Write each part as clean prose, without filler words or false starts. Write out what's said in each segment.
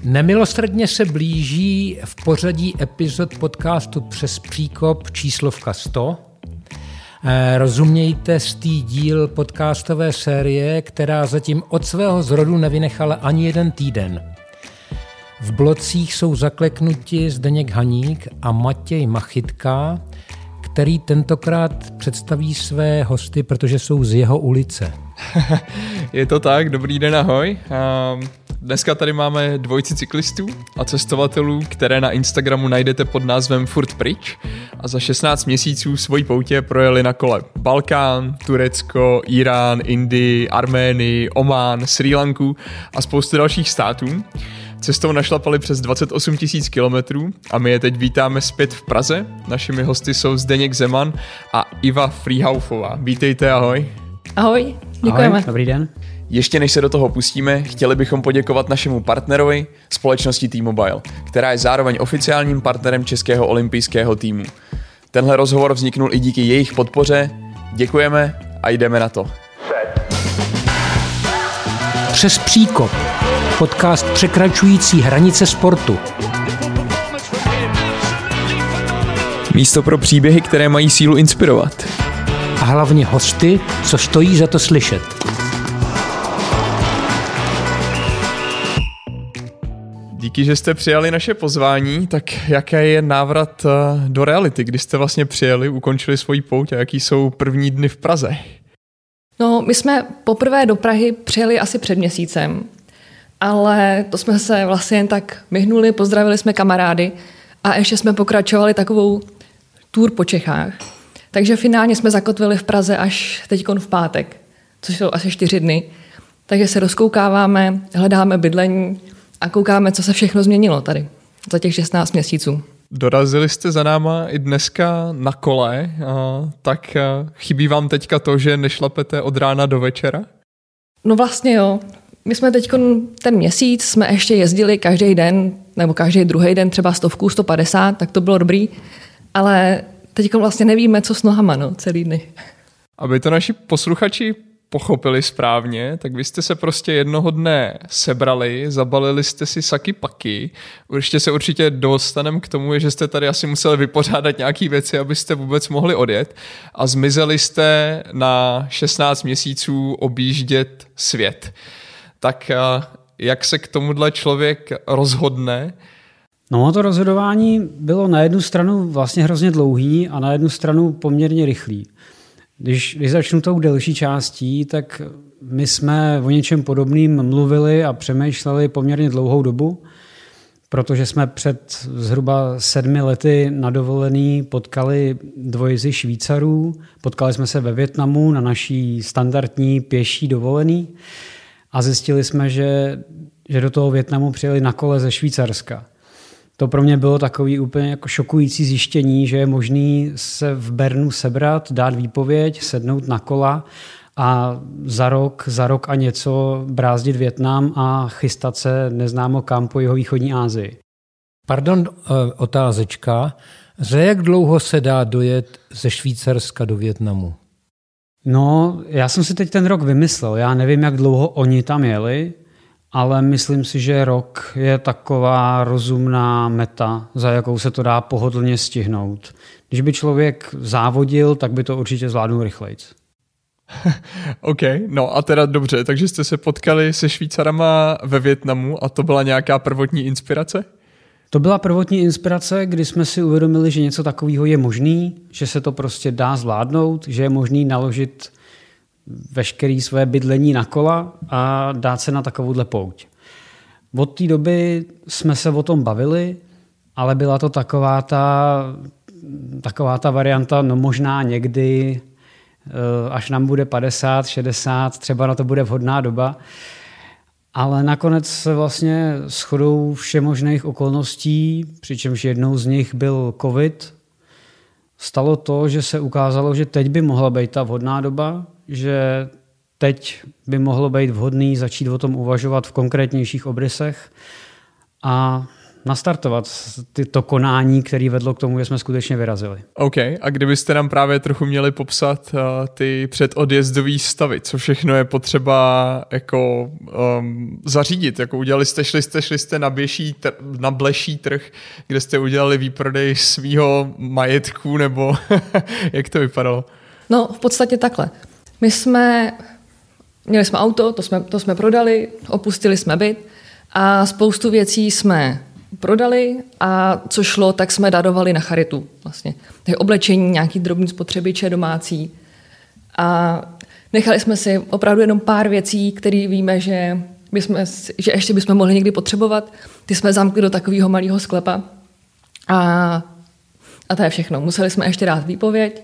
Nemilosrdně se blíží v pořadí epizod podcastu Přes příkop číslovka 100. Rozumějte stý díl podcastové série, která zatím od svého zrodu nevynechala ani jeden týden. V blocích jsou zakleknuti Zdeněk Haník a Matěj Machytka, který tentokrát představí své hosty, protože jsou z jeho ulice. Je to tak, dobrý den, ahoj. Dneska tady máme dvojici cyklistů a cestovatelů, které na Instagramu najdete pod názvem Furt pryč a za 16 měsíců svojí poutě projeli na kole Balkán, Turecko, Irán, Indii, Arménii, Omán, Srí Lanku a spoustu dalších států. Cestou našlapali přes 28 000 kilometrů a my je teď vítáme zpět v Praze. Našimi hosty jsou Zdeněk Zeman a Iva Frýhaufová. Vítejte, ahoj. Ahoj, děkujeme. Ahoj, dobrý den. Ještě než se do toho pustíme, chtěli bychom poděkovat našemu partnerovi, společnosti T-Mobile, která je zároveň oficiálním partnerem českého olympijského týmu. Tenhle rozhovor vzniknul i díky jejich podpoře. Děkujeme a jdeme na to. Přes příkop. Podcast překračující hranice sportu. Místo pro příběhy, které mají sílu inspirovat. A hlavně hosty, co stojí za to slyšet. Díky, že jste přijali naše pozvání, tak jaký je návrat do reality, kdy jste vlastně přijeli, ukončili svoji pouť a jaký jsou první dny v Praze? No, my jsme poprvé do Prahy přijeli asi před měsícem, ale to jsme se vlastně jen tak myhnuli, pozdravili jsme kamarády a ještě jsme pokračovali takovou tour po Čechách. Takže finálně jsme zakotvili v Praze až teďkon v pátek, což jsou asi 4 dny. Takže se rozkoukáváme, hledáme bydlení a koukáme, co se všechno změnilo tady za těch 16 měsíců. Dorazili jste za náma i dneska na kole, tak chybí vám teďka to, že nešlapete od rána do večera? No vlastně jo. My jsme teď ten měsíc jsme ještě jezdili každý den, nebo každý druhý den třeba 100, 150, tak to bylo dobrý, ale teď vlastně nevíme, co s nohama, celý dny. Aby to naši posluchači pochopili správně, tak vy jste se prostě jednoho dne sebrali, zabalili jste si saky paky, ještě se určitě dostaneme k tomu, že jste tady asi museli vypořádat nějaké věci, abyste vůbec mohli odjet a zmizeli jste na 16 měsíců objíždět svět. Tak jak se k tomuhle člověk rozhodne? No, to rozhodování bylo na jednu stranu vlastně hrozně dlouhý a na jednu stranu poměrně rychlý. Když začnu tou delší částí, tak my jsme o něčem podobným mluvili a přemýšleli poměrně dlouhou dobu, protože jsme před zhruba 7 lety na dovolený potkali dvojici Švýcarů. Potkali jsme se ve Vietnamu na naší standardní pěší dovolený a zjistili jsme, že do toho Vietnamu přijeli na kole ze Švýcarska. To pro mě bylo takový úplně jako šokující zjištění, že je možný se v Bernu sebrat, dát výpověď, sednout na kola a za rok a něco brázdit Vietnam a chystat se neznámo kam po jihovýchodní Asii. Pardon, otázečka. Za jak dlouho se dá dojet ze Švýcarska do Vietnamu? No, já jsem si teď ten rok vymyslel. Já nevím, jak dlouho oni tam jeli, ale myslím si, že rok je taková rozumná meta, za jakou se to dá pohodlně stihnout. Když by člověk závodil, tak by to určitě zvládnul rychlejc. OK, no a teda dobře, takže jste se potkali se Švýcarama ve Vietnamu a to byla nějaká prvotní inspirace? To byla prvotní inspirace, kdy jsme si uvědomili, že něco takového je možný, že se to prostě dá zvládnout, že je možný naložit veškeré své bydlení na kola a dát se na takovouhle pouť. Od té doby jsme se o tom bavili, ale byla to taková ta varianta, no možná někdy, až nám bude 50, 60, třeba na to bude vhodná doba. Ale nakonec se vlastně shodou všemožných okolností, přičemž jednou z nich byl covid, stalo to, že se ukázalo, že teď by mohla být ta vhodná doba, že teď by mohlo být vhodný začít o tom uvažovat v konkrétnějších obrysech a nastartovat to konání, které vedlo k tomu, že jsme skutečně vyrazili. OK, a kdybyste nám právě trochu měli popsat ty předodjezdové stavy, co všechno je potřeba jako zařídit, jako šli jste na bleší trh, kde jste udělali výprodej svýho majetku, nebo jak to vypadalo? No, v podstatě takhle. Měli jsme auto, to jsme prodali, opustili jsme byt a spoustu věcí jsme prodali a co šlo, tak jsme darovali na charitu. Vlastně. Takže oblečení, nějaký drobný spotřebiče domácí. A nechali jsme si opravdu jenom pár věcí, které víme, že ještě bychom mohli někdy potřebovat. Ty jsme zamkli do takového malého sklepa a to je všechno. Museli jsme ještě dát výpověď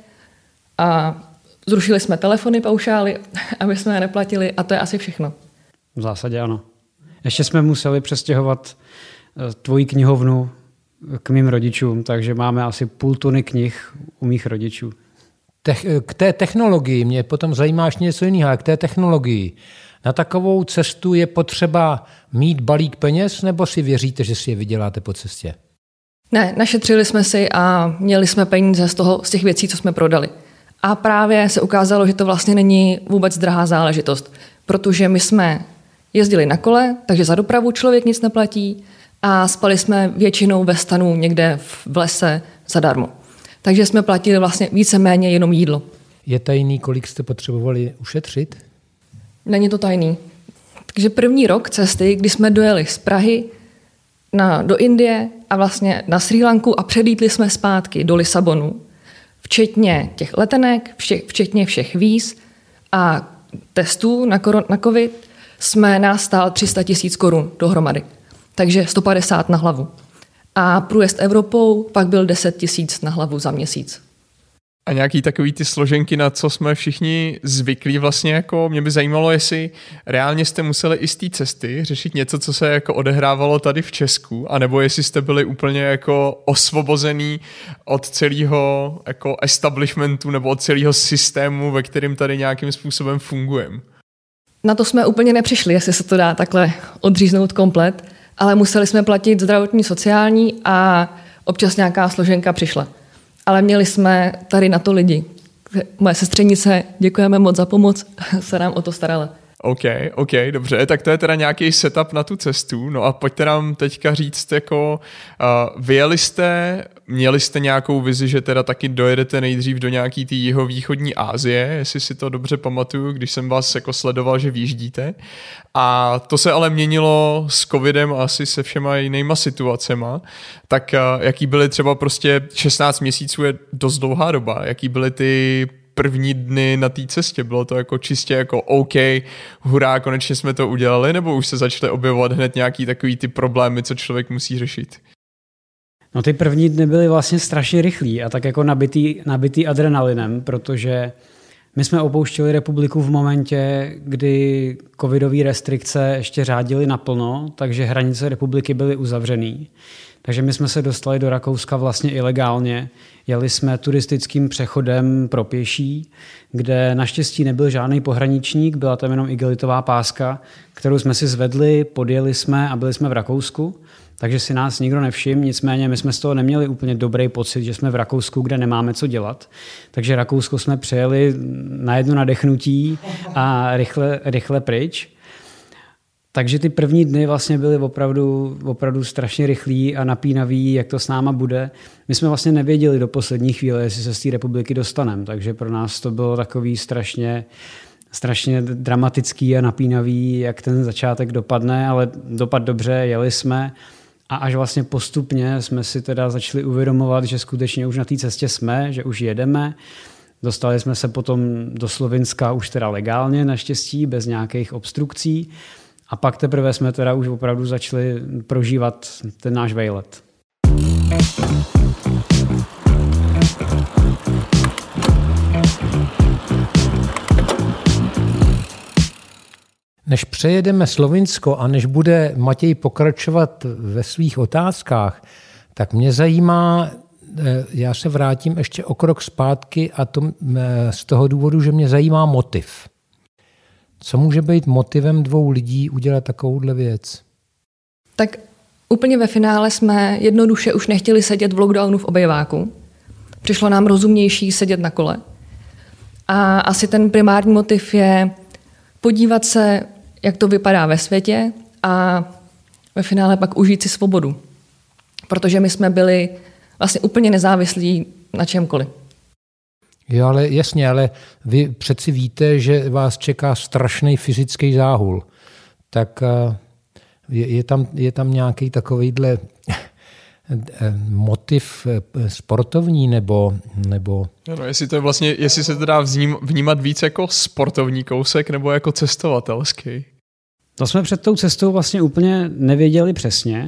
a zrušili jsme telefony, paušály, aby jsme je neplatili a to je asi všechno. V zásadě ano. Ještě jsme museli přestěhovat tvoji knihovnu k mým rodičům, takže máme asi 0,5 tuny knih u mých rodičů. K té technologii mě potom zajímá ještě něco jiného, k té technologii. Na takovou cestu je potřeba mít balík peněz, nebo si věříte, že si je vyděláte po cestě? Ne, našetřili jsme si a měli jsme peníze z těch věcí, co jsme prodali. A právě se ukázalo, že to vlastně není vůbec drahá záležitost, protože my jsme jezdili na kole, takže za dopravu člověk nic neplatí a spali jsme většinou ve stanu někde v lese zadarmo. Takže jsme platili vlastně víceméně jenom jídlo. Je tajný, kolik jste potřebovali ušetřit? Není to tajný. Takže první rok cesty, kdy jsme dojeli z Prahy do Indie a vlastně na Srí Lanku a předlítli jsme zpátky do Lisabonu, včetně těch letenek, včetně všech víz a testů na COVID, nás stál 300 000 korun dohromady. Takže 150 na hlavu. A průjezd Evropou pak byl 10 000 na hlavu za měsíc. A nějaký takový ty složenky, na co jsme všichni zvyklí vlastně jako, mě by zajímalo, jestli reálně jste museli i z té cesty řešit něco, co se jako odehrávalo tady v Česku, anebo jestli jste byli úplně jako osvobozený od celého jako establishmentu nebo od celého systému, ve kterém tady nějakým způsobem fungujeme. Na to jsme úplně nepřišli, jestli se to dá takhle odříznout komplet, ale museli jsme platit zdravotní, sociální a občas nějaká složenka přišla. Ale měli jsme tady na to lidi. Moje sestřenice, děkujeme moc za pomoc, se nám o to starala. OK, dobře, tak to je teda nějaký setup na tu cestu. No a pojďte nám teďka říct, jako vyjeli jste, měli jste nějakou vizi, že teda taky dojedete nejdřív do nějaký té jihovýchodní Asie, jestli si to dobře pamatuju, když jsem vás jako sledoval, že vyjíždíte. A to se ale měnilo s covidem a asi se všema jinýma situacema. Tak jaký byly třeba prostě 16 měsíců je dost dlouhá doba, jaký byly ty první dny na té cestě? Bylo to jako čistě jako OK, hurá, konečně jsme to udělali, nebo už se začaly objevovat hned nějaký takový ty problémy, co člověk musí řešit? No ty první dny byly vlastně strašně rychlý a tak jako nabitý adrenalinem, protože my jsme opouštěli republiku v momentě, kdy covidové restrikce ještě řádily naplno, takže hranice republiky byly uzavřený. Takže my jsme se dostali do Rakouska vlastně ilegálně. Jeli jsme turistickým přechodem pro pěší, kde naštěstí nebyl žádný pohraničník, byla tam jenom igelitová páska, kterou jsme si zvedli, podjeli jsme a byli jsme v Rakousku. Takže si nás nikdo nevšiml, nicméně my jsme z toho neměli úplně dobrý pocit, že jsme v Rakousku, kde nemáme co dělat. Takže Rakousko jsme přejeli na jedno nadechnutí a rychle pryč. Takže ty první dny vlastně byly opravdu strašně rychlý a napínavý, jak to s náma bude. My jsme vlastně nevěděli do poslední chvíle, jestli se z té republiky dostaneme, takže pro nás to bylo takový strašně dramatický a napínavý, jak ten začátek dopadne, ale dopad dobře, jeli jsme a až vlastně postupně jsme si teda začali uvědomovat, že skutečně už na té cestě jsme, že už jedeme. Dostali jsme se potom do Slovinska už teda legálně, naštěstí, bez nějakých obstrukcí. A pak teprve jsme teda už opravdu začali prožívat ten náš vejlet. Než přejedeme Slovinsko a než bude Matěj pokračovat ve svých otázkách, tak mě zajímá, já se vrátím ještě o krok zpátky a to z toho důvodu, že mě zajímá motiv. Co může být motivem dvou lidí udělat takovouhle věc? Tak Úplně ve finále jsme jednoduše už nechtěli sedět v lockdownu v obejváku. Přišlo nám rozumnější sedět na kole. A asi ten primární motiv je podívat se, jak to vypadá ve světě a ve finále pak užít si svobodu. Protože my jsme byli vlastně úplně nezávislí na čemkoliv. Jo, ale jasně, ale vy přeci víte, že vás čeká strašný fyzický záhul. Tak je tam nějaký takovejhle motiv sportovní nebo... No, jestli se to dá vnímat víc jako sportovní kousek nebo jako cestovatelský. To jsme před tou cestou vlastně úplně nevěděli přesně,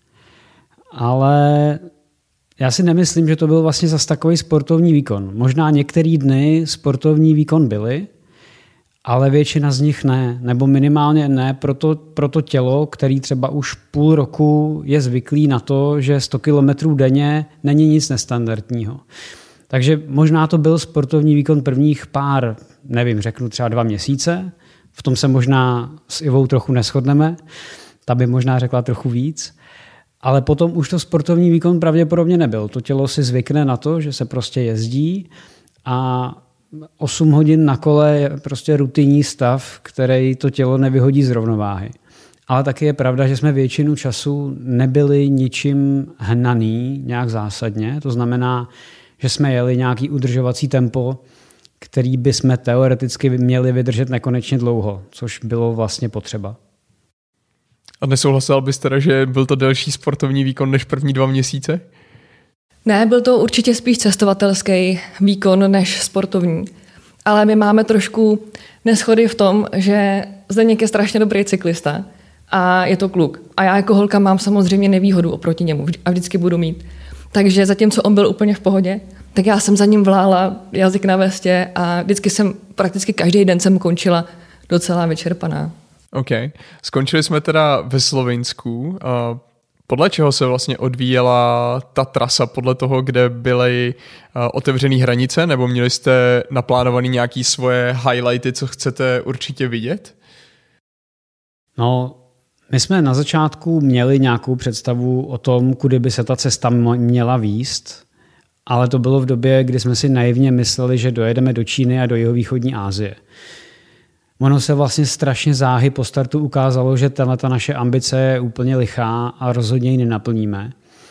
ale já si nemyslím, že to byl vlastně zas takový sportovní výkon. Možná některé dny sportovní výkon byly, ale většina z nich ne, nebo minimálně ne pro to tělo, který třeba už půl roku je zvyklý na to, že 100 kilometrů denně není nic nestandardního. Takže možná to byl sportovní výkon prvních pár, řeknu třeba 2 měsíce, v tom se možná s Ivou trochu neshodneme, ta by možná řekla trochu víc, ale potom už to sportovní výkon pravděpodobně nebyl. To tělo si zvykne na to, že se prostě jezdí a 8 hodin na kole je prostě rutinní stav, který to tělo nevyhodí z rovnováhy. Ale taky je pravda, že jsme většinu času nebyli ničím hnaný nějak zásadně. To znamená, že jsme jeli nějaký udržovací tempo, který bychom teoreticky měli vydržet nekonečně dlouho, což bylo vlastně potřeba. A nesouhlasil bys teda, že byl to delší sportovní výkon než první 2 měsíce? Ne, byl to určitě spíš cestovatelský výkon než sportovní. Ale my máme trošku neshody v tom, že Zdeněk je strašně dobrý cyklista a je to kluk. A já jako holka mám samozřejmě nevýhodu oproti němu a vždycky budu mít. Takže zatímco on byl úplně v pohodě, tak já jsem za ním vlála jazyk na vestě a prakticky každý den jsem končila docela vyčerpaná. OK. Skončili jsme teda ve Slovinsku. Podle čeho se vlastně odvíjela ta trasa? Podle toho, kde byly otevřené hranice? Nebo měli jste naplánovaný nějaké svoje highlighty, co chcete určitě vidět? No, my jsme na začátku měli nějakou představu o tom, kudy by se ta cesta měla vést, ale to bylo v době, kdy jsme si naivně mysleli, že dojedeme do Číny a do jihovýchodní Asie. Ono se vlastně strašně záhy po startu ukázalo, že ta naše ambice je úplně lichá a rozhodně ji nenaplníme.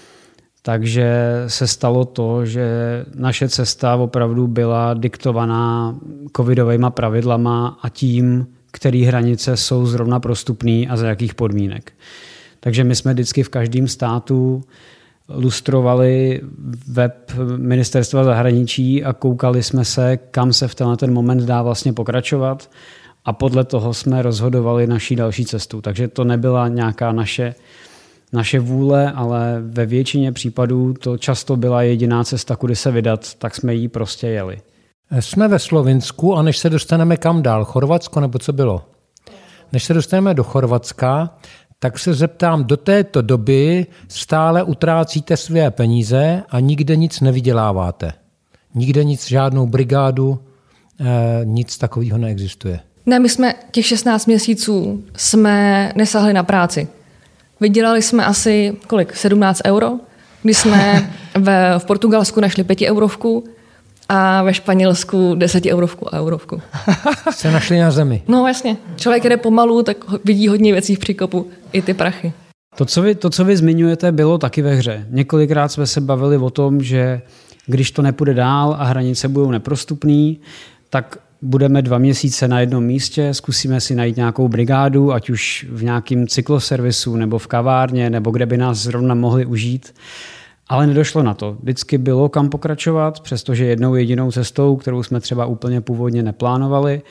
Takže se stalo to, že naše cesta opravdu byla diktovaná covidovými pravidlama a tím, které hranice jsou zrovna prostupné a za jakých podmínek. Takže my jsme vždycky v každém státu lustrovali web ministerstva zahraničí a koukali jsme se, kam se v ten moment dá vlastně pokračovat. A podle toho jsme rozhodovali naší další cestu. Takže to nebyla nějaká naše vůle, ale ve většině případů to často byla jediná cesta, kudy se vydat, tak jsme jí prostě jeli. Jsme ve Slovinsku a než se dostaneme kam dál? Chorvatsko nebo co bylo? Než se dostaneme do Chorvatska, tak se zeptám, do této doby stále utrácíte své peníze a nikde nic nevyděláváte. Nikde nic, žádnou brigádu, nic takového neexistuje. Ne, my jsme těch 16 měsíců jsme nesáhli na práci. Vydělali jsme asi 17 euro, když jsme v Portugalsku našli 5 eurovku a ve Španělsku 10 eurovku a eurovku. Se našli na zemi. No jasně. Člověk jde pomalu, tak vidí hodně věcí v příkopu, i ty prachy. To, co vy zmiňujete, bylo taky ve hře. Několikrát jsme se bavili o tom, že když to nepůjde dál a hranice budou neprostupný, tak budeme 2 měsíce na jednom místě, zkusíme si najít nějakou brigádu, ať už v nějakém cykloservisu nebo v kavárně, nebo kde by nás zrovna mohli užít. Ale nedošlo na to. Vždycky bylo kam pokračovat, přestože jednou jedinou cestou, kterou jsme třeba úplně původně neplánovali,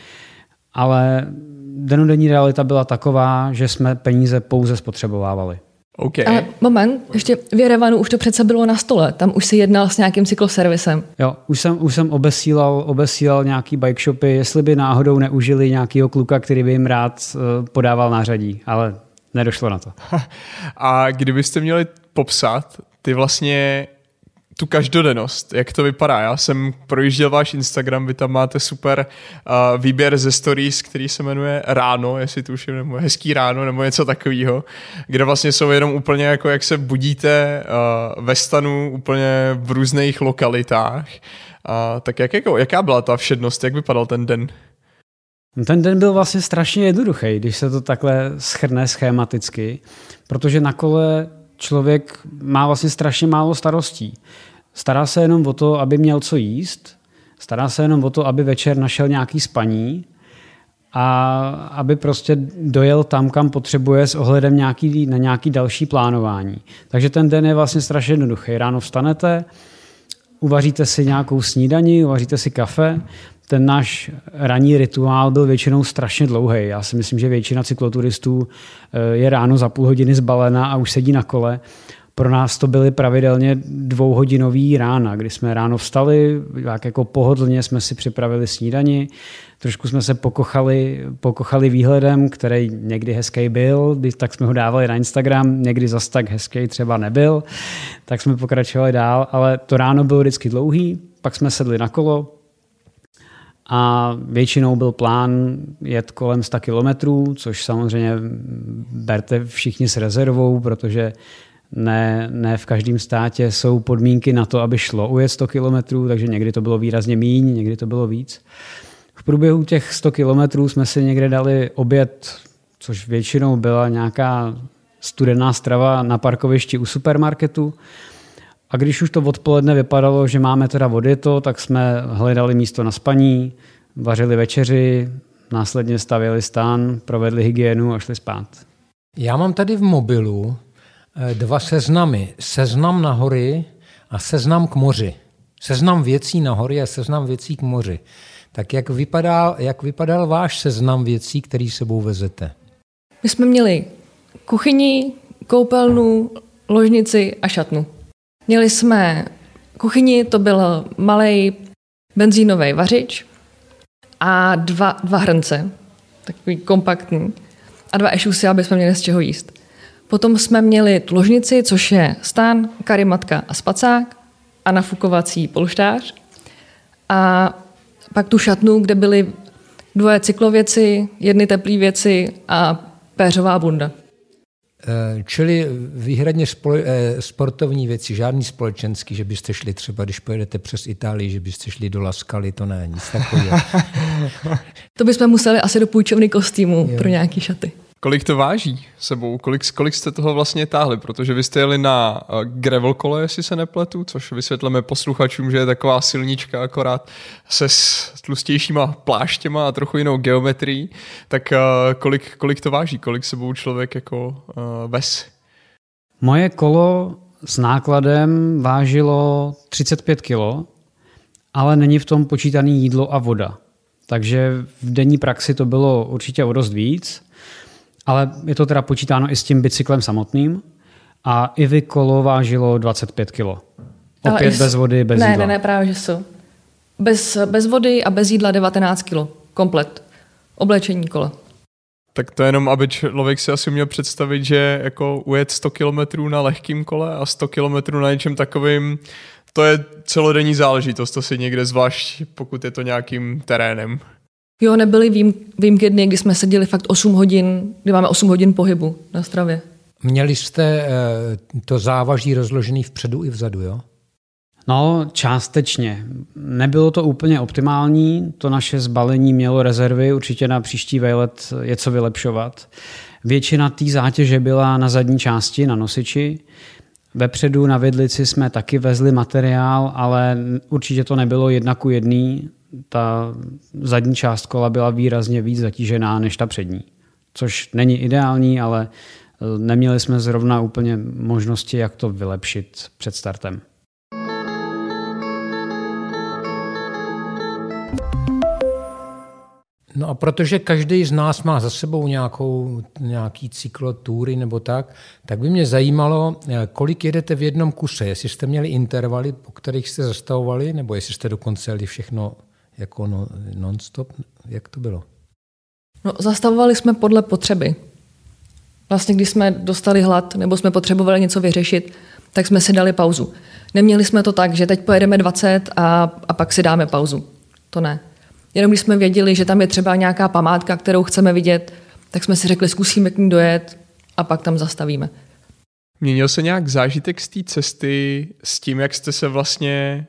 ale dennodenní realita byla taková, že jsme peníze pouze spotřebovávali. Okay. Ale moment, ještě v Jerevanu už to přece bylo na stole, tam už si jednal s nějakým cykloservisem. Jo, už jsem obesílal nějaký bike shopy, jestli by náhodou neužili nějakýho kluka, který by jim rád podával nářadí, ale nedošlo na to. A kdybyste měli popsat ty vlastně tu každodennost, jak to vypadá. Já jsem projížděl váš Instagram, vy tam máte super výběr ze stories, který se jmenuje Ráno, jestli tuším, nebo Hezký ráno, nebo něco takového, kde vlastně jsou jenom úplně jako jak se budíte ve stanu úplně v různých lokalitách. Tak jaká byla ta všednost, jak vypadal ten den? Ten den byl vlastně strašně jednoduchý, když se to takhle shrne schématicky, protože na kole člověk má vlastně strašně málo starostí. Stará se jenom o to, aby měl co jíst, stará se jenom o to, aby večer našel nějaký spaní a aby prostě dojel tam, kam potřebuje s ohledem na nějaký další plánování. Takže ten den je vlastně strašně jednoduchý. Ráno vstanete, uvaříte si nějakou snídani, uvaříte si kafe. Ten náš ranní rituál byl většinou strašně dlouhý. Já si myslím, že většina cykloturistů je ráno za půl hodiny zbalena a už sedí na kole. Pro nás to byly pravidelně 2hodinový rána, kdy jsme ráno vstali, jako pohodlně jsme si připravili snídani, trošku jsme se pokochali výhledem, který někdy hezký byl, tak jsme ho dávali na Instagram, někdy zas tak hezký třeba nebyl, tak jsme pokračovali dál, ale to ráno bylo vždycky dlouhý, pak jsme sedli na kolo a většinou byl plán jet kolem 100 kilometrů, což samozřejmě berte všichni s rezervou, protože ne v každém státě jsou podmínky na to, aby šlo ujet 100 kilometrů, takže někdy to bylo výrazně míň, někdy to bylo víc. V průběhu těch 100 kilometrů jsme si někde dali oběd, což většinou byla nějaká studená strava na parkovišti u supermarketu. A když už to odpoledne vypadalo, že máme teda odjeto, tak jsme hledali místo na spaní, vařili večeři, následně stavěli stán, provedli hygienu a šli spát. Já mám tady v mobilu 2 seznamy. Seznam na hory a seznam k moři. Seznam věcí na hory a seznam věcí k moři. Tak jak vypadal váš seznam věcí, který sebou vezete? My jsme měli kuchyni, koupelnu, ložnici a šatnu. Měli jsme kuchyni, to byl malej benzínový vařič a dva hrnce, takový kompaktní, a 2 ešusy, aby jsme měli z čeho jíst. Potom jsme měli tu ložnici, což je stán, karimatka a spacák a nafukovací polštář. A pak tu šatnu, kde byly 2 cyklověci, 1 teplý věci a péřová bunda. Čili výhradně sportovní věci, žádný společenský, že byste šli třeba, když pojedete přes Itálii, že byste šli do La Scali, to ne, nic takového. To bychom museli asi do půjčovny kostýmu pro nějaký šaty. Kolik to váží sebou? Kolik jste toho vlastně táhli? Protože vy jste jeli na gravel kole, jestli se nepletu, což vysvětlíme posluchačům, že je taková silnička akorát se s tlustějšíma pláštěma a trochu jinou geometrií. Tak kolik to váží? Kolik sebou člověk jako vez? Moje kolo s nákladem vážilo 35 kg, ale není v tom počítaný jídlo a voda. Takže v denní praxi to bylo určitě o dost víc, ale je to teda počítáno i s tím bicyklem samotným a i kolo vážilo 25 kg. Opět bez vody, bez jídla. Ne, právě že jsou. Bez vody a bez jídla 19 kg. Komplet. Oblečení kola. Tak to jenom, aby člověk si asi měl představit, že jako ujet 100 km na lehkým kole a 100 km na něčem takovým, to je celodenní záležitost, to si někde zvlášť, pokud je to nějakým terénem. Jo, nebyly výjimky dny, kdy jsme seděli fakt 8 hodin, kdy máme 8 hodin pohybu na stravě. Měli jste to závaží rozložený vpředu i vzadu, jo? No, částečně. Nebylo to úplně optimální, to naše zbalení mělo rezervy, určitě na příští vejlet je co vylepšovat. Většina té zátěže byla na zadní části, na nosiči. Vepředu na vidlici jsme taky vezli materiál, ale určitě to nebylo 1:1. Ta zadní část kola byla výrazně víc zatížená než ta přední. Což není ideální, ale neměli jsme zrovna úplně možnosti, jak to vylepšit před startem. No a protože každý z nás má za sebou nějaký cyklotúry nebo tak by mě zajímalo, kolik jedete v jednom kuse. Jestli jste měli intervaly, po kterých jste zastavovali, nebo jestli jste dokonce jeli všechno jako non-stop. Jak to bylo? No, zastavovali jsme podle potřeby. Vlastně, když jsme dostali hlad nebo jsme potřebovali něco vyřešit, tak jsme si dali pauzu. Neměli jsme to tak, že teď pojedeme 20 a pak si dáme pauzu. To ne. Jenom když jsme věděli, že tam je třeba nějaká památka, kterou chceme vidět, tak jsme si řekli, zkusíme k ní dojet a pak tam zastavíme. Měnil se nějak zážitek z té cesty s tím, jak jste se vlastně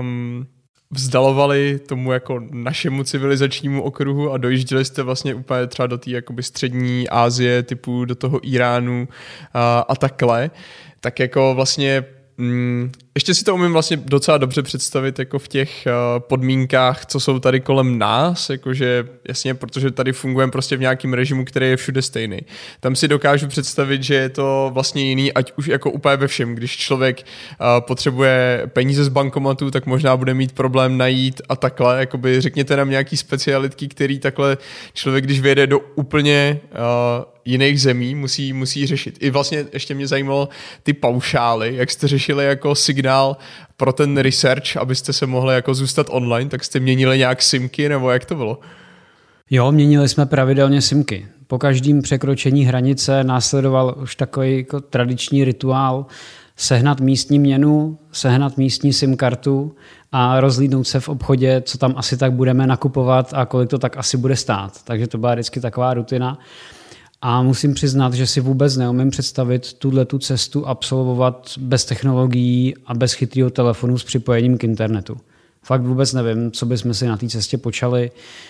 vzdalovali tomu jako našemu civilizačnímu okruhu a dojížděli jste vlastně úplně třeba do té jakoby střední Asie, typu do toho Iránu a takhle, tak jako vlastně ještě si to umím vlastně docela dobře představit jako v těch podmínkách, co jsou tady kolem nás, jakože jasně, protože tady fungujeme prostě v nějakém režimu, který je všude stejný. Tam si dokážu představit, že je to vlastně jiný, ať už jako úplně ve všem. Když člověk potřebuje peníze z bankomatu, tak možná bude mít problém najít a takhle, jakoby řekněte nám nějaký specialitky, který takhle člověk, když vyjede do úplně jiných zemí, musí řešit. I vlastně ještě mě zajímalo ty paušály, jak jste řešili jako signál pro ten research, abyste se mohli jako zůstat online, tak jste měnili nějak simky, nebo jak to bylo? Jo, měnili jsme pravidelně simky. Po každém překročení hranice následoval už takový jako tradiční rituál sehnat místní měnu, sehnat místní SIM kartu a rozhlídnout se v obchodě, co tam asi tak budeme nakupovat a kolik to tak asi bude stát. Takže to byla vždycky taková rutina. A musím přiznat, že si vůbec neumím představit tu cestu absolvovat bez technologií a bez chytrého telefonu s připojením k internetu. Fakt vůbec nevím, co bychom si na té cestě počali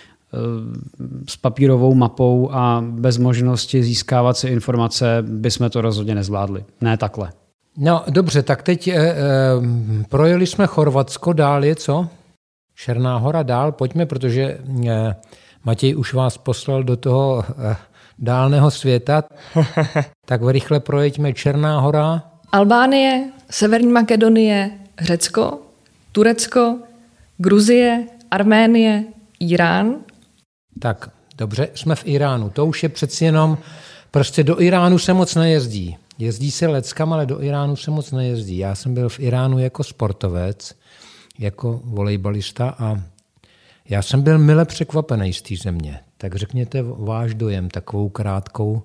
s papírovou mapou a bez možnosti získávat si informace bychom to rozhodně nezvládli. Ne takhle. No dobře, tak teď projeli jsme Chorvatsko, dál je co? Černá Hora dál, pojďme, protože Matěj už vás poslal do toho dálného světa. Tak rychle projeďme Černá Hora. Albánie, Severní Makedonie, Řecko, Turecko, Gruzie, Arménie, Irán. Tak, dobře, jsme v Iránu. To už je přeci jenom, prostě do Iránu se moc nejezdí. Jezdí se leckam, ale do Iránu se moc nejezdí. Já jsem byl v Iránu jako sportovec, jako volejbalista a já jsem byl mile překvapený z té země. Tak řekněte váš dojem, takovou krátkou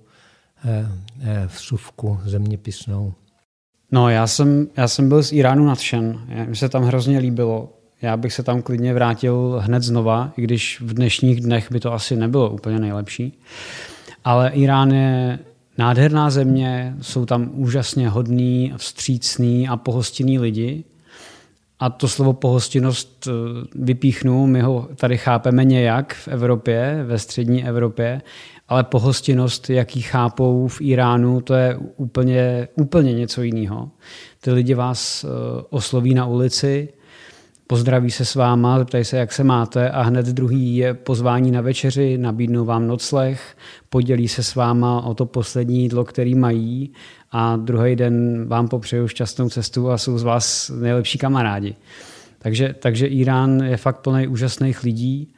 vsuvku zeměpisnou. No, já jsem byl z Iránu nadšen. Mně se tam hrozně líbilo. Já bych se tam klidně vrátil hned znova, i když v dnešních dnech by to asi nebylo úplně nejlepší. Ale Irán je nádherná země, jsou tam úžasně hodný, vstřícný a pohostinní lidi. A to slovo pohostinnost vypíchnu, my ho tady chápeme nějak v Evropě, ve střední Evropě, ale pohostinnost, jak ji chápou v Iránu, to je úplně něco jiného. Ty lidi vás osloví na ulici, pozdraví se s váma, zeptají se, jak se máte a hned druhý je pozvání na večeři, nabídnou vám nocleh, podělí se s váma o to poslední jídlo, který mají a druhý den vám popřejou šťastnou cestu a jsou z vás nejlepší kamarádi. Takže Irán je fakt plný úžasných lidí.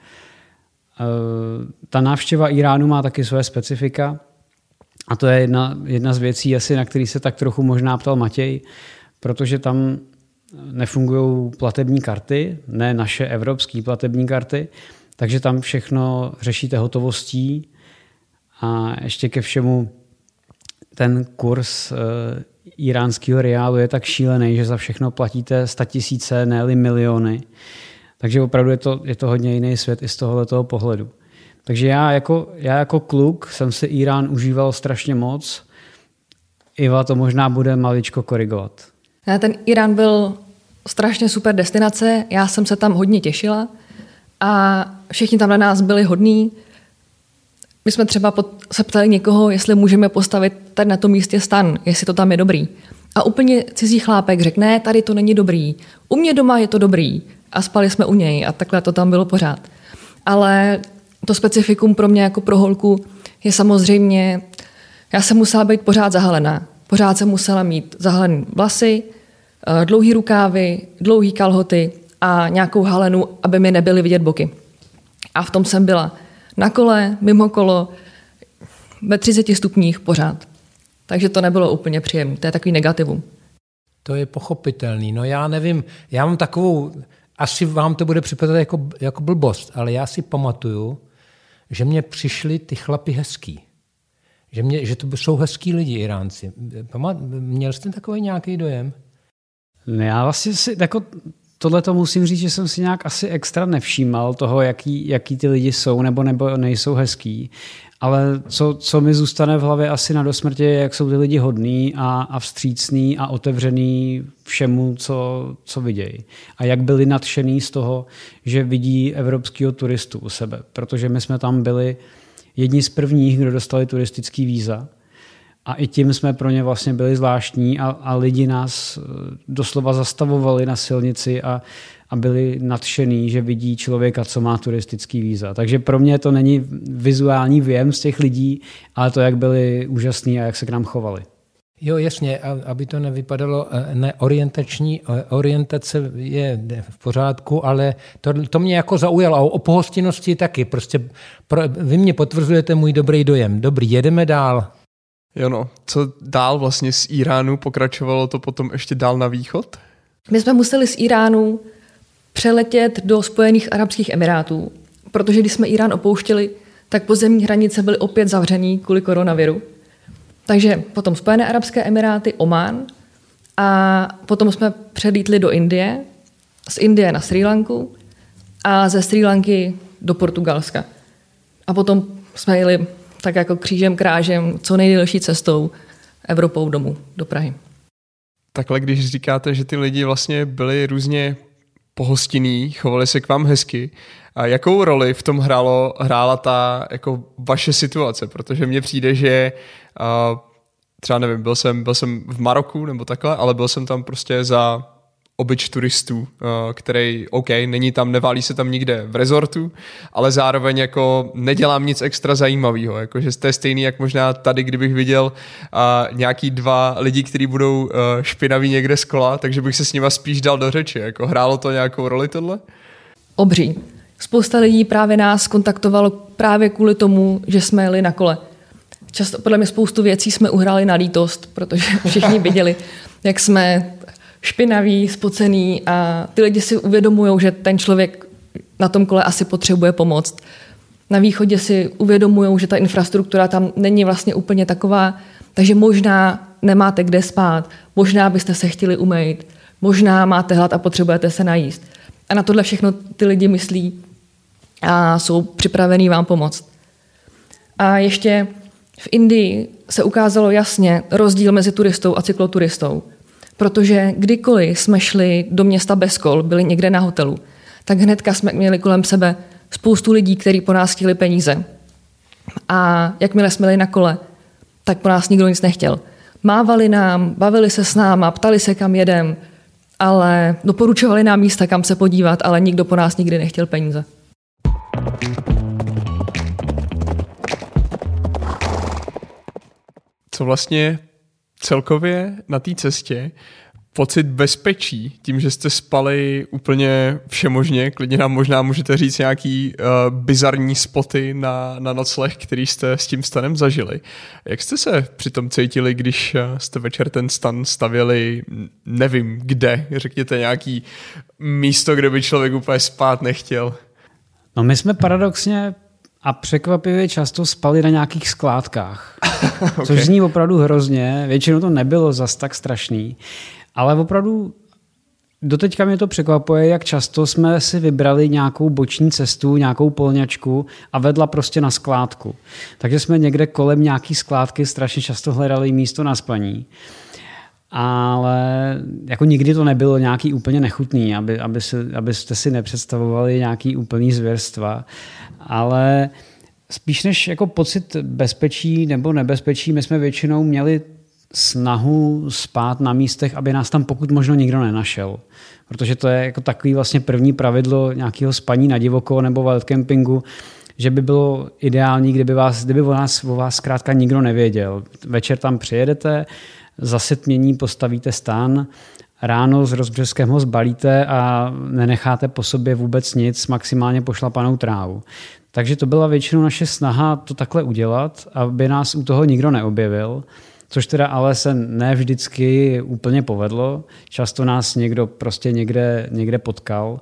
Ta návštěva Iránu má taky své specifika a to je jedna z věcí, asi na který se tak trochu možná ptal Matěj, protože tam nefungují platební karty, ne naše evropské platební karty, takže tam všechno řešíte hotovostí a ještě ke všemu ten kurz iránského riálu je tak šílený, že za všechno platíte 100 000, ne-li miliony. Takže opravdu je to hodně jiný svět i z tohoto pohledu. Takže já jako kluk jsem si Irán užíval strašně moc. Iva to možná bude maličko korigovat. Ten Irán byl strašně super destinace, já jsem se tam hodně těšila a všichni tam na nás byli hodní. My jsme třeba se ptali někoho, jestli můžeme postavit tady na tom místě stan, jestli to tam je dobrý. A úplně cizí chlápek řekl, ne, tady to není dobrý. U mě doma je to dobrý. A spali jsme u něj a takhle to tam bylo pořád. Ale to specifikum pro mě jako pro holku je samozřejmě, já jsem musela být pořád zahalená. Pořád jsem musela mít zahalené vlasy, dlouhý rukávy, dlouhý kalhoty a nějakou halenu, aby mi nebyly vidět boky. A v tom jsem byla na kole, mimo kolo, ve 30 stupních pořád. Takže to nebylo úplně příjemné. To je takový negativum. To je pochopitelný. No já nevím, já mám takovou, asi vám to bude připadat jako blbost, ale já si pamatuju, že mě přišli ty chlapi hezký. Že to jsou hezký lidi Iránci. Měl jste takový nějaký dojem? Já vlastně si tohle to musím říct, že jsem si nějak asi extra nevšímal toho, jaký ty lidi jsou nebo nejsou hezký. Ale co mi zůstane v hlavě asi na dosmrtě, je, jak jsou ty lidi hodný a vstřícný a otevřený všemu, co vidějí. A jak byli nadšený z toho, že vidí evropského turistu u sebe. Protože my jsme tam byli jedni z prvních, kdo dostali turistický víza. A i tím jsme pro ně vlastně byli zvláštní a lidi nás doslova zastavovali na silnici a byli nadšený, že vidí člověka, co má turistický víza. Takže pro mě to není vizuální věm z těch lidí, ale to, jak byli úžasní a jak se k nám chovali. Jo, jasně, aby to nevypadalo orientace je v pořádku, ale to mě jako zaujalo. A o pohostinnosti taky. Prostě vy mě potvrzujete můj dobrý dojem. Dobrý, jedeme dál. Jo no, co dál vlastně z Iránu? Pokračovalo to potom ještě dál na východ? My jsme museli z Iránu přeletět do Spojených arabských emirátů, protože když jsme Irán opouštěli, tak pozemní hranice byly opět zavřený kvůli koronaviru. Takže potom Spojené arabské emiráty, Omán a potom jsme předlítli do Indie, z Indie na Srí Lanku a ze Srí Lanky do Portugalska. A potom jsme jeli tak jako křížem krážem co nejdelší cestou Evropou domů do Prahy. Takhle, když říkáte, že ty lidi vlastně byli různě pohostinní, chovali se k vám hezky, a jakou roli v tom hrála ta jako vaše situace? Protože mně přijde, že třeba nevím, byl jsem v Maroku nebo takhle, ale byl jsem tam prostě za obyč turistů, který, OK, není tam, neválí se tam nikde v rezortu, ale zároveň jako nedělám nic extra zajímavého, jakože to je stejný, jak možná tady, kdybych viděl nějaký dva lidi, kteří budou špinaví někde z kola, takže bych se s nima spíš dal do řeči, jako hrálo to nějakou roli tohle? Obří. Spousta lidí právě nás kontaktovalo právě kvůli tomu, že jsme jeli na kole. Často, podle mě spoustu věcí jsme uhráli na lítost, protože všichni viděli, jak jsme špinaví, spocený a ty lidi si uvědomují, že ten člověk na tom kole asi potřebuje pomoct. Na východě si uvědomují, že ta infrastruktura tam není vlastně úplně taková, takže možná nemáte kde spát, možná byste se chtěli umýt, možná máte hlad a potřebujete se najíst. A na tohle všechno ty lidi myslí a jsou připravení vám pomoct. A ještě v Indii se ukázalo jasně rozdíl mezi turistou a cykloturistou. Protože kdykoliv jsme šli do města bez kol, byli někde na hotelu, tak hnedka jsme měli kolem sebe spoustu lidí, kteří po nás chtěli peníze. A jakmile jsme jeli na kole, tak po nás nikdo nic nechtěl. Mávali nám, bavili se s náma, ptali se, kam jedem, ale doporučovali nám místa, kam se podívat, ale nikdo po nás nikdy nechtěl peníze. Co vlastně celkově na té cestě pocit bezpečí, tím, že jste spali úplně všemožně, klidně nám možná můžete říct nějaký bizarní spoty na nocleh, který jste s tím stanem zažili. Jak jste se přitom cítili, když jste večer ten stan stavěli, nevím kde, řekněte nějaký místo, kde by člověk úplně spát nechtěl? No my jsme paradoxně a překvapivě často spali na nějakých skládkách, okay. Což zní opravdu hrozně, většinou to nebylo zas tak strašný, ale opravdu doteďka mě to překvapuje, jak často jsme si vybrali nějakou boční cestu, nějakou polňačku a vedla prostě na skládku. Takže jsme někde kolem nějaký skládky strašně často hledali místo na spaní. Ale jako nikdy to nebylo nějaký úplně nechutný, abyste si nepředstavovali nějaký úplný zvěrstva. Ale spíš než jako pocit bezpečí nebo nebezpečí, my jsme většinou měli snahu spát na místech, aby nás tam pokud možno nikdo nenašel. Protože to je jako takový vlastně první pravidlo nějakého spaní na divoko nebo wildcampingu, že by bylo ideální, kdyby o vás zkrátka nikdo nevěděl. Večer tam přijedete, za setmění postavíte stan, ráno s rozbřeskem ho zbalíte a nenecháte po sobě vůbec nic, maximálně pošlapanou trávu. Takže to byla většinou naše snaha to takhle udělat, aby nás u toho nikdo neobjevil, což teda ale se ne vždycky úplně povedlo. Často nás někdo prostě někde potkal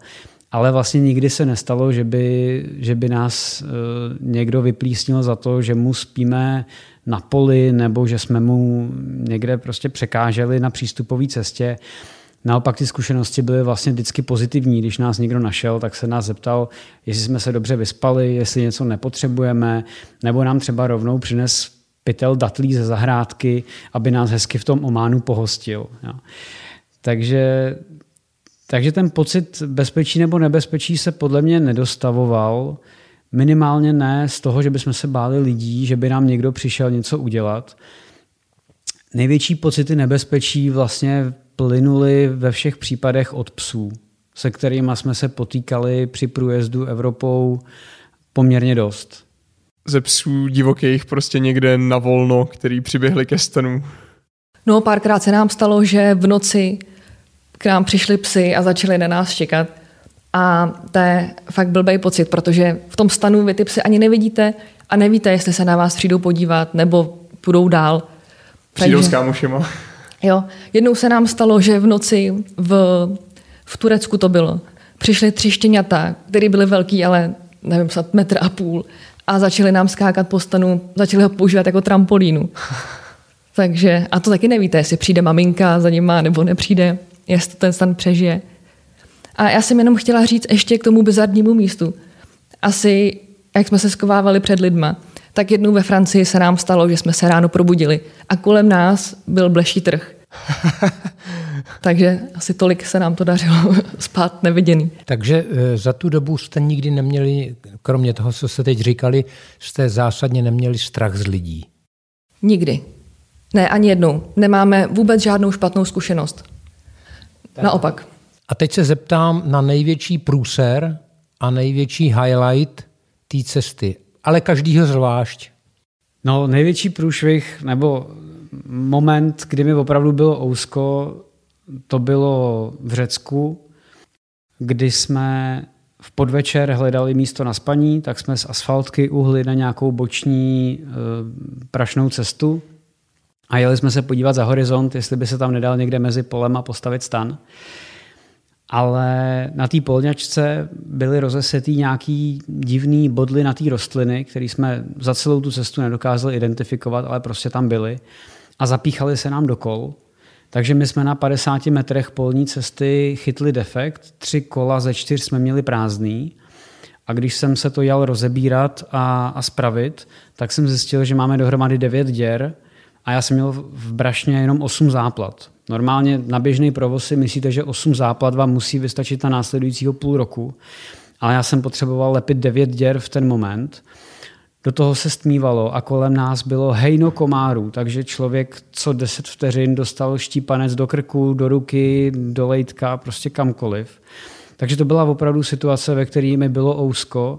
Ale vlastně nikdy se nestalo, že by nás někdo vyplísnil za to, že mu spíme na poli nebo že jsme mu někde prostě překáželi na přístupové cestě. Naopak ty zkušenosti byly vlastně vždycky pozitivní. Když nás někdo našel, tak se nás zeptal, jestli jsme se dobře vyspali, jestli něco nepotřebujeme, nebo nám třeba rovnou přines pytel datlí ze zahrádky, aby nás hezky v tom Ománu pohostil. Jo. Takže ten pocit bezpečí nebo nebezpečí se podle mě nedostavoval, minimálně ne z toho, že bychom se báli lidí, že by nám někdo přišel něco udělat. Největší pocity nebezpečí vlastně plynuly ve všech případech od psů, se kterými jsme se potýkali při průjezdu Evropou poměrně dost. Ze psů divokých prostě někde na volno, který přiběhli ke stanu. No, párkrát se nám stalo, že v noci k nám přišli psy a začali na nás čekat. A to je fakt blbej pocit, protože v tom stanu vy ty psy ani nevidíte a nevíte, jestli se na vás přijdou podívat nebo půjdou dál. Přijdou s kámošima. Jo, jednou se nám stalo, že v noci v Turecku to bylo. Přišly 3 štěňata, které byly velký, ale nevím, snad 1,5 m a začaly nám skákat po stanu, začaly ho používat jako trampolínu. Takže, a to taky nevíte, jestli přijde maminka za nima nebo nepřijde, jestli ten stan přežije. A já jsem jenom chtěla říct ještě k tomu bizarnímu místu. Asi, jak jsme se skovávali před lidma, tak jednou ve Francii se nám stalo, že jsme se ráno probudili a kolem nás byl bleší trh. Takže asi tolik se nám to dařilo spát neviděný. Takže za tu dobu jste nikdy neměli, kromě toho, co jste teď říkali, jste zásadně neměli strach z lidí? Nikdy. Ne, ani jednou. Nemáme vůbec žádnou špatnou zkušenost. Tak. Naopak. A teď se zeptám na největší průser a největší highlight té cesty. Ale každýho zvlášť. No, největší průšvih nebo moment, kdy mi opravdu bylo ousko, to bylo v Řecku, kdy jsme v podvečer hledali místo na spaní, tak jsme z asfaltky uhli na nějakou boční prašnou cestu a jeli jsme se podívat za horizont, jestli by se tam nedal někde mezi polem a postavit stan. Ale na té polňačce byly rozesetý nějaký divný bodly na té rostliny, které jsme za celou tu cestu nedokázali identifikovat, ale prostě tam byly a zapíchali se nám do kol. Takže my jsme na 50 metrech polní cesty chytli defekt, 3 kola ze 4 jsme měli prázdný a když jsem se to jel rozebírat a spravit, tak jsem zjistil, že máme dohromady 9 děr a já jsem měl v brašně jenom 8 záplat. Normálně na běžný provoz si myslíte, že 8 záplat vám musí vystačit na následujícího půl roku, ale já jsem potřeboval lepit 9 děr v ten moment. Do toho se stmívalo a kolem nás bylo hejno komárů, takže člověk co 10 vteřin dostal štípanec do krku, do ruky, do lejtka, prostě kamkoliv. Takže to byla opravdu situace, ve které mi bylo ousko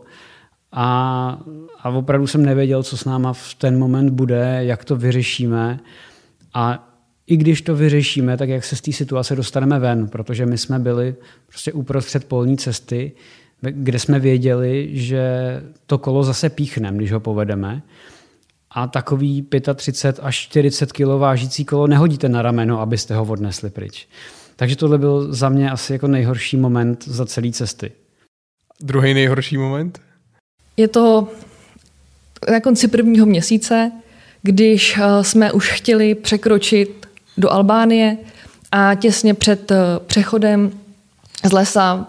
a opravdu jsem nevěděl, co s náma v ten moment bude, jak to vyřešíme a i když to vyřešíme, tak jak se z té situace dostaneme ven, protože my jsme byli prostě uprostřed polní cesty, kde jsme věděli, že to kolo zase píchneme, když ho povedeme. A takový 35 až 40 kg vážící kolo nehodíte na rameno, abyste ho odnesli pryč. Takže tohle byl za mě asi jako nejhorší moment za celý cesty. Druhý nejhorší moment? Je to na konci 1. měsíce, když jsme už chtěli překročit do Albánie a těsně před přechodem z lesa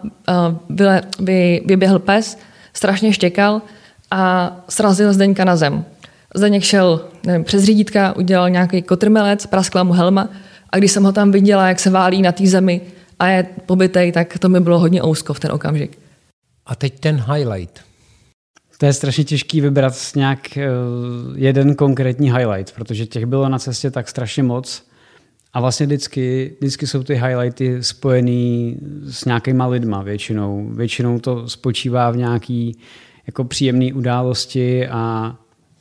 vyběhl pes, strašně štěkal a srazil Zdeňka na zem. Zdeněk šel přes řídítka, udělal nějaký kotrmelec, praskla mu helma a když jsem ho tam viděla, jak se válí na té zemi a je pobytej, tak to mi bylo hodně ousko v ten okamžik. A teď ten highlight. To je strašně těžký vybrat nějak jeden konkrétní highlight, protože těch bylo na cestě tak strašně moc. A vlastně vždycky jsou ty highlighty spojený s nějakýma lidma většinou. Většinou to spočívá v nějaký jako příjemné události a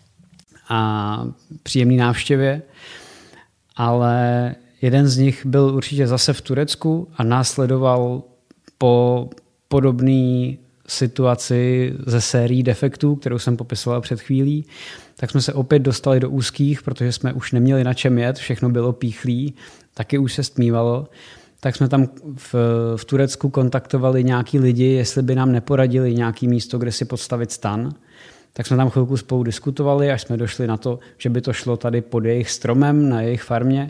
příjemné návštěvě. Ale jeden z nich byl určitě zase v Turecku a následoval po podobné situaci ze sérií defektů, kterou jsem popisoval před chvílí, tak jsme se opět dostali do úzkých, protože jsme už neměli na čem jet, všechno bylo píchlý, taky už se stmívalo. tak jsme tam v Turecku kontaktovali nějaký lidi, jestli by nám neporadili nějaký místo, kde si postavit stan. Tak jsme tam chvilku spolu diskutovali, až jsme došli na to, že by to šlo tady pod jejich stromem, na jejich farmě.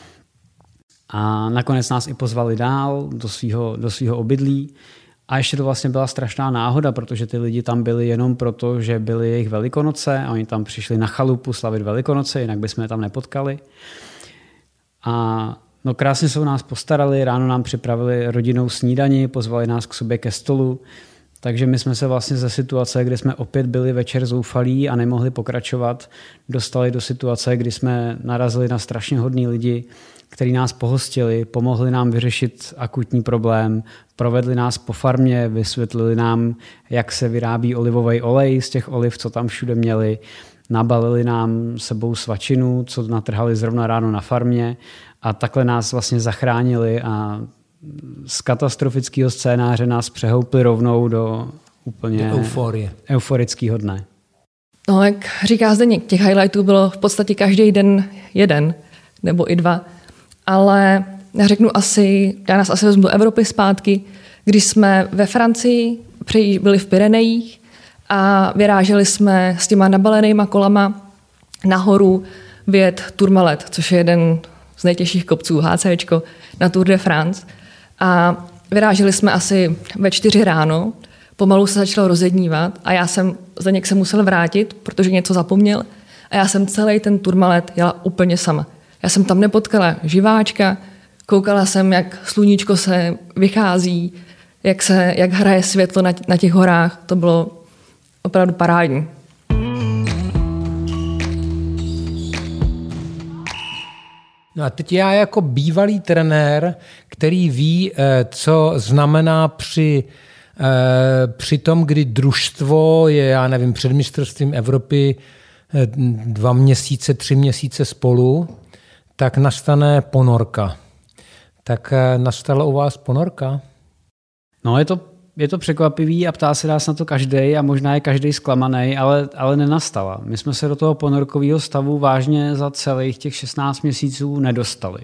A nakonec nás i pozvali dál do svého obydlí. A ještě to vlastně byla strašná náhoda, protože ty lidi tam byli jenom proto, že byly jejich Velikonoce a oni tam přišli na chalupu slavit Velikonoce, jinak bychom je tam nepotkali. A no krásně se o nás postarali, ráno nám připravili rodinnou snídani, pozvali nás k sobě ke stolu. Takže my jsme se vlastně ze situace, kdy jsme opět byli večer zoufalí a nemohli pokračovat, dostali do situace, kdy jsme narazili na strašně hodný lidi, kteří nás pohostili, pomohli nám vyřešit akutní problém, provedli nás po farmě, vysvětlili nám, jak se vyrábí olivový olej z těch oliv, co tam všude měli, nabalili nám sebou svačinu, co natrhali zrovna ráno na farmě a takhle nás vlastně zachránili a z katastrofického scénáře nás přehoupli rovnou do úplně euforického dne. No, jak říká Zdeněk, těch highlightů bylo v podstatě každý den jeden nebo i dva. Ale já řeknu já nás asi vezmu do Evropy zpátky, když jsme ve Francii byli v Pyrenejích a vyráželi jsme s těma nabalenýma kolama nahoru vyjet Tourmalet, což je jeden z nejtěžších kopců, HCčko, na Tour de France. A vyráželi jsme asi ve 4 ráno, pomalu se začalo rozednívat a Zdeněk se musel vrátit, protože něco zapomněl a já jsem celý ten Tourmalet jela úplně sama. Já jsem tam nepotkala živáčka, koukala jsem, jak sluníčko se vychází, jak hraje světlo na těch horách. To bylo opravdu parádní. No a teď já jako bývalý trenér, který ví, co znamená při tom, kdy družstvo je, já nevím, před mistrovstvím Evropy 2 měsíce, 3 měsíce spolu, tak nastane ponorka. Tak nastala u vás ponorka? No je to překvapivý a ptá se nás na to každej a možná je každej zklamaný, ale nenastala. My jsme se do toho ponorkového stavu vážně za celých těch 16 měsíců nedostali.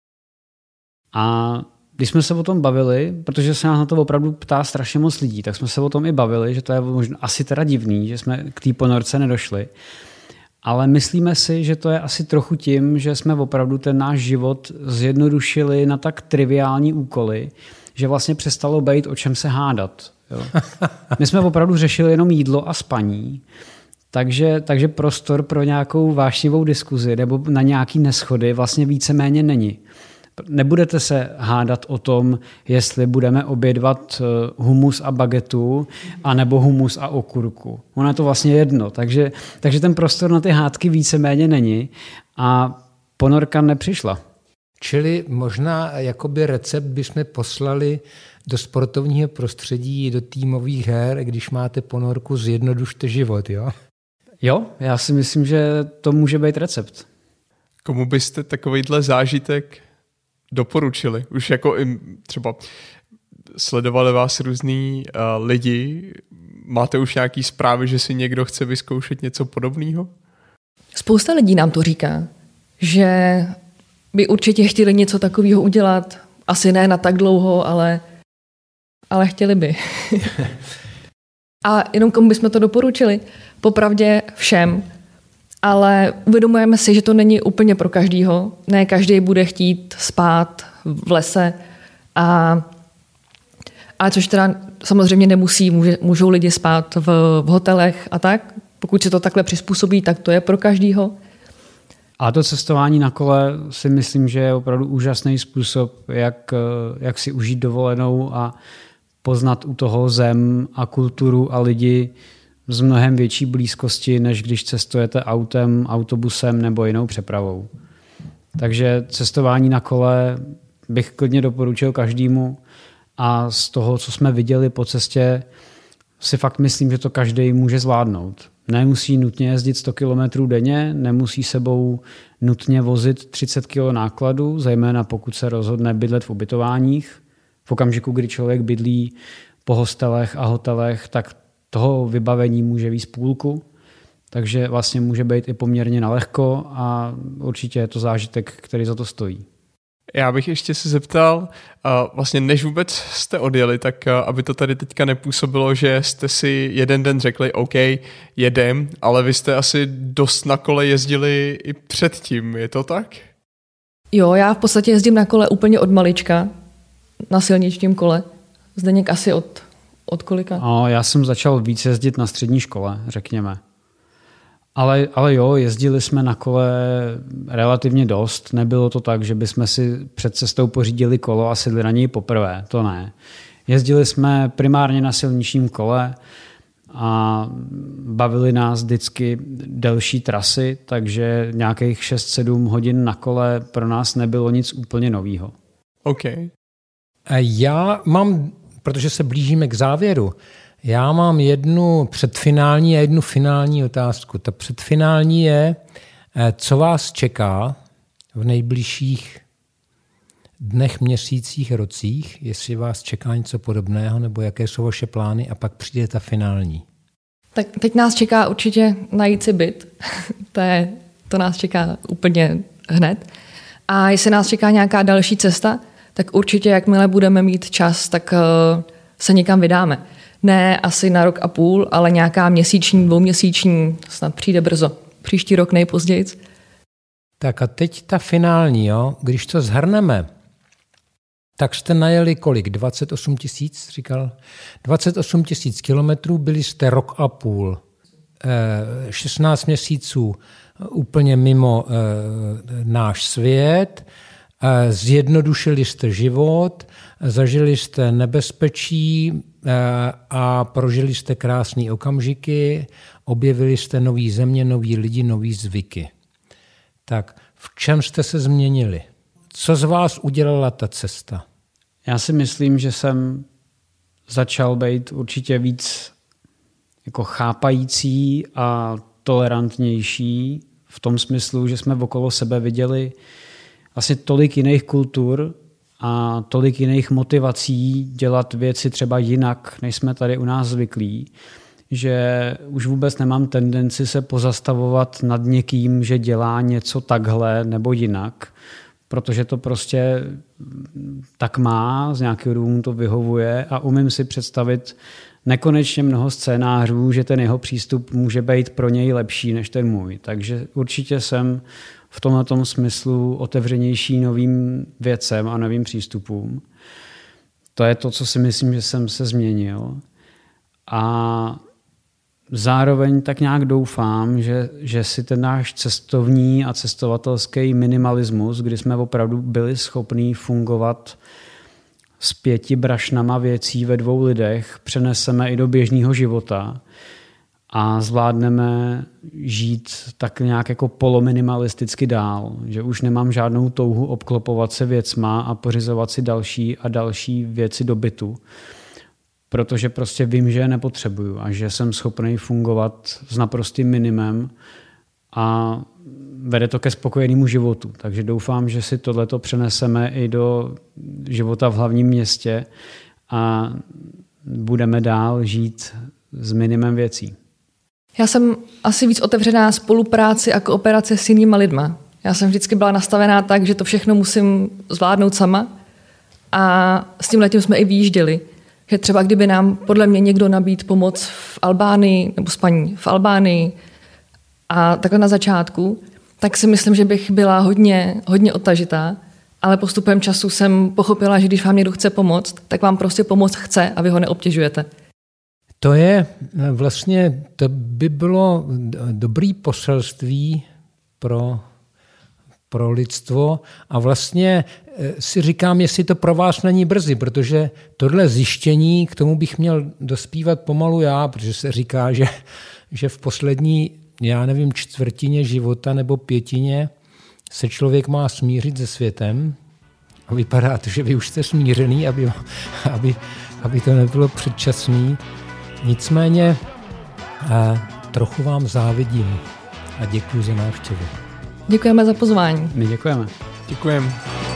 A když jsme se o tom bavili, protože se nás na to opravdu ptá strašně moc lidí, tak jsme se o tom i bavili, že to je možná asi teda divný, že jsme k té ponorce nedošli. Ale myslíme si, že to je asi trochu tím, že jsme opravdu ten náš život zjednodušili na tak triviální úkoly, že vlastně přestalo být o čem se hádat. Jo. My jsme opravdu řešili jenom jídlo a spaní, takže prostor pro nějakou vášnivou diskuzi nebo na nějaký neschody vlastně víceméně není. Nebudete se hádat o tom, jestli budeme obědvat humus a bagetu, anebo humus a okurku. Ono je to vlastně jedno, takže ten prostor na ty hádky víceméně není a ponorka nepřišla. Čili možná jakoby recept bychom poslali do sportovního prostředí, do týmových her, když máte ponorku, zjednodušte život, jo? Jo, já si myslím, že to může být recept. Komu byste takovejhle zážitek doporučili? Už jako i třeba sledovali vás různý lidi, máte už nějaký zprávy, že si někdo chce vyzkoušet něco podobného? Spousta lidí nám to říká, že by určitě chtěli něco takového udělat. Asi ne na tak dlouho, ale chtěli by. A jenom komu bychom to doporučili? Popravdě všem. Ale uvědomujeme si, že to není úplně pro každýho. Ne každý bude chtít spát v lese. A což teda samozřejmě nemusí. Můžou lidi spát v hotelech a tak. Pokud se to takhle přizpůsobí, tak to je pro každýho. A to cestování na kole si myslím, že je opravdu úžasný způsob, jak si užít dovolenou a poznat u toho zem a kulturu a lidi z mnohem větší blízkosti, než když cestujete autem, autobusem nebo jinou přepravou. Takže cestování na kole bych klidně doporučil každému a z toho, co jsme viděli po cestě, si fakt myslím, že to každý může zvládnout. Nemusí nutně jezdit 100 km denně, nemusí sebou nutně vozit 30 kg nákladu, zejména pokud se rozhodne bydlet v ubytováních. V okamžiku, kdy člověk bydlí po hostelech a hotelech, tak toho vybavení může víc půlku, takže vlastně může být i poměrně nalehko a určitě je to zážitek, který za to stojí. Já bych ještě se zeptal, vlastně než vůbec jste odjeli, tak aby to tady teďka nepůsobilo, že jste si jeden den řekli OK, jedem, ale vy jste asi dost na kole jezdili i předtím, je to tak? Jo, já v podstatě jezdím na kole úplně od malička, na silničním kole. Zdeněk asi od kolika? Já jsem začal víc jezdit na střední škole, řekněme. Ale jo, jezdili jsme na kole relativně dost. Nebylo to tak, že bychom si před cestou pořídili kolo a sedli na něj poprvé. To ne. Jezdili jsme primárně na silničním kole a bavili nás vždycky delší trasy, takže nějakých 6-7 hodin na kole pro nás nebylo nic úplně novýho. OK. Já mám, protože se blížíme k závěru, já mám jednu předfinální a jednu finální otázku. Ta předfinální je, co vás čeká v nejbližších dnech, měsících, rocích, jestli vás čeká něco podobného, nebo jaké jsou vaše plány, a pak přijde ta finální. Tak teď nás čeká určitě najít si byt. To nás čeká úplně hned. A jestli nás čeká nějaká další cesta, tak určitě, jakmile budeme mít čas, tak se někam vydáme. Ne asi na rok a půl, ale nějaká měsíční, dvouměsíční, snad přijde brzo. Příští rok nejpozději. Tak a teď ta finální, jo? Když to shrneme, tak jste najeli kolik? 28 000, říkal? 28 000 kilometrů, byli jste rok a půl. 16 měsíců úplně mimo náš svět. Zjednodušili jste život, zažili jste nebezpečí a prožili jste krásné okamžiky, objevili jste nový země, nový lidi, nový zvyky. Tak v čem jste se změnili? Co z vás udělala ta cesta? Já si myslím, že jsem začal být určitě víc jako chápající a tolerantnější v tom smyslu, že jsme okolo sebe viděli asi tolik jiných kultur a tolik jiných motivací dělat věci třeba jinak, než jsme tady u nás zvyklí, že už vůbec nemám tendenci se pozastavovat nad někým, že dělá něco takhle nebo jinak, protože to prostě tak má, z nějakého důvodu to vyhovuje a umím si představit nekonečně mnoho scénářů, že ten jeho přístup může být pro něj lepší než ten můj. Takže určitě jsem v tomto smyslu otevřenější novým věcem a novým přístupům. To je to, co si myslím, že jsem se změnil. A zároveň tak nějak doufám, že si ten náš cestovní a cestovatelský minimalismus, kdy jsme opravdu byli schopní fungovat s 5 brašnama věcí ve 2 lidech, přeneseme i do běžného života a zvládneme žít tak nějak jako polominimalisticky dál. Že už nemám žádnou touhu obklopovat se věcma a pořizovat si další a další věci do bytu. Protože prostě vím, že je nepotřebuju a že jsem schopný fungovat s naprostým minimem a vede to ke spokojenému životu. Takže doufám, že si tohleto přeneseme i do života v hlavním městě a budeme dál žít s minimem věcí. Já jsem asi víc otevřená spolupráci a kooperaci s jinýma lidma. Já jsem vždycky byla nastavená tak, že to všechno musím zvládnout sama a s tím letím jsme i vyjížděli. Že třeba kdyby nám podle mě někdo nabídl pomoc v Albánii nebo spaní v Albánii a takhle na začátku, tak si myslím, že bych byla hodně odtažitá, ale postupem času jsem pochopila, že když vám někdo chce pomoct, tak vám prostě pomoct chce a vy ho neobtěžujete. To je vlastně, to by bylo dobrý poselství pro lidstvo a vlastně si říkám, jestli to pro vás není brzy, protože tohle zjištění, k tomu bych měl dospívat pomalu já, protože se říká, že v poslední, já nevím, čtvrtině života nebo 5 se člověk má smířit se světem a vypadá to, že vy už jste smířený, aby to nebylo předčasný. Nicméně trochu vám závidím a děkuji za návštěvu. Děkujeme za pozvání. My děkujeme. Děkujeme.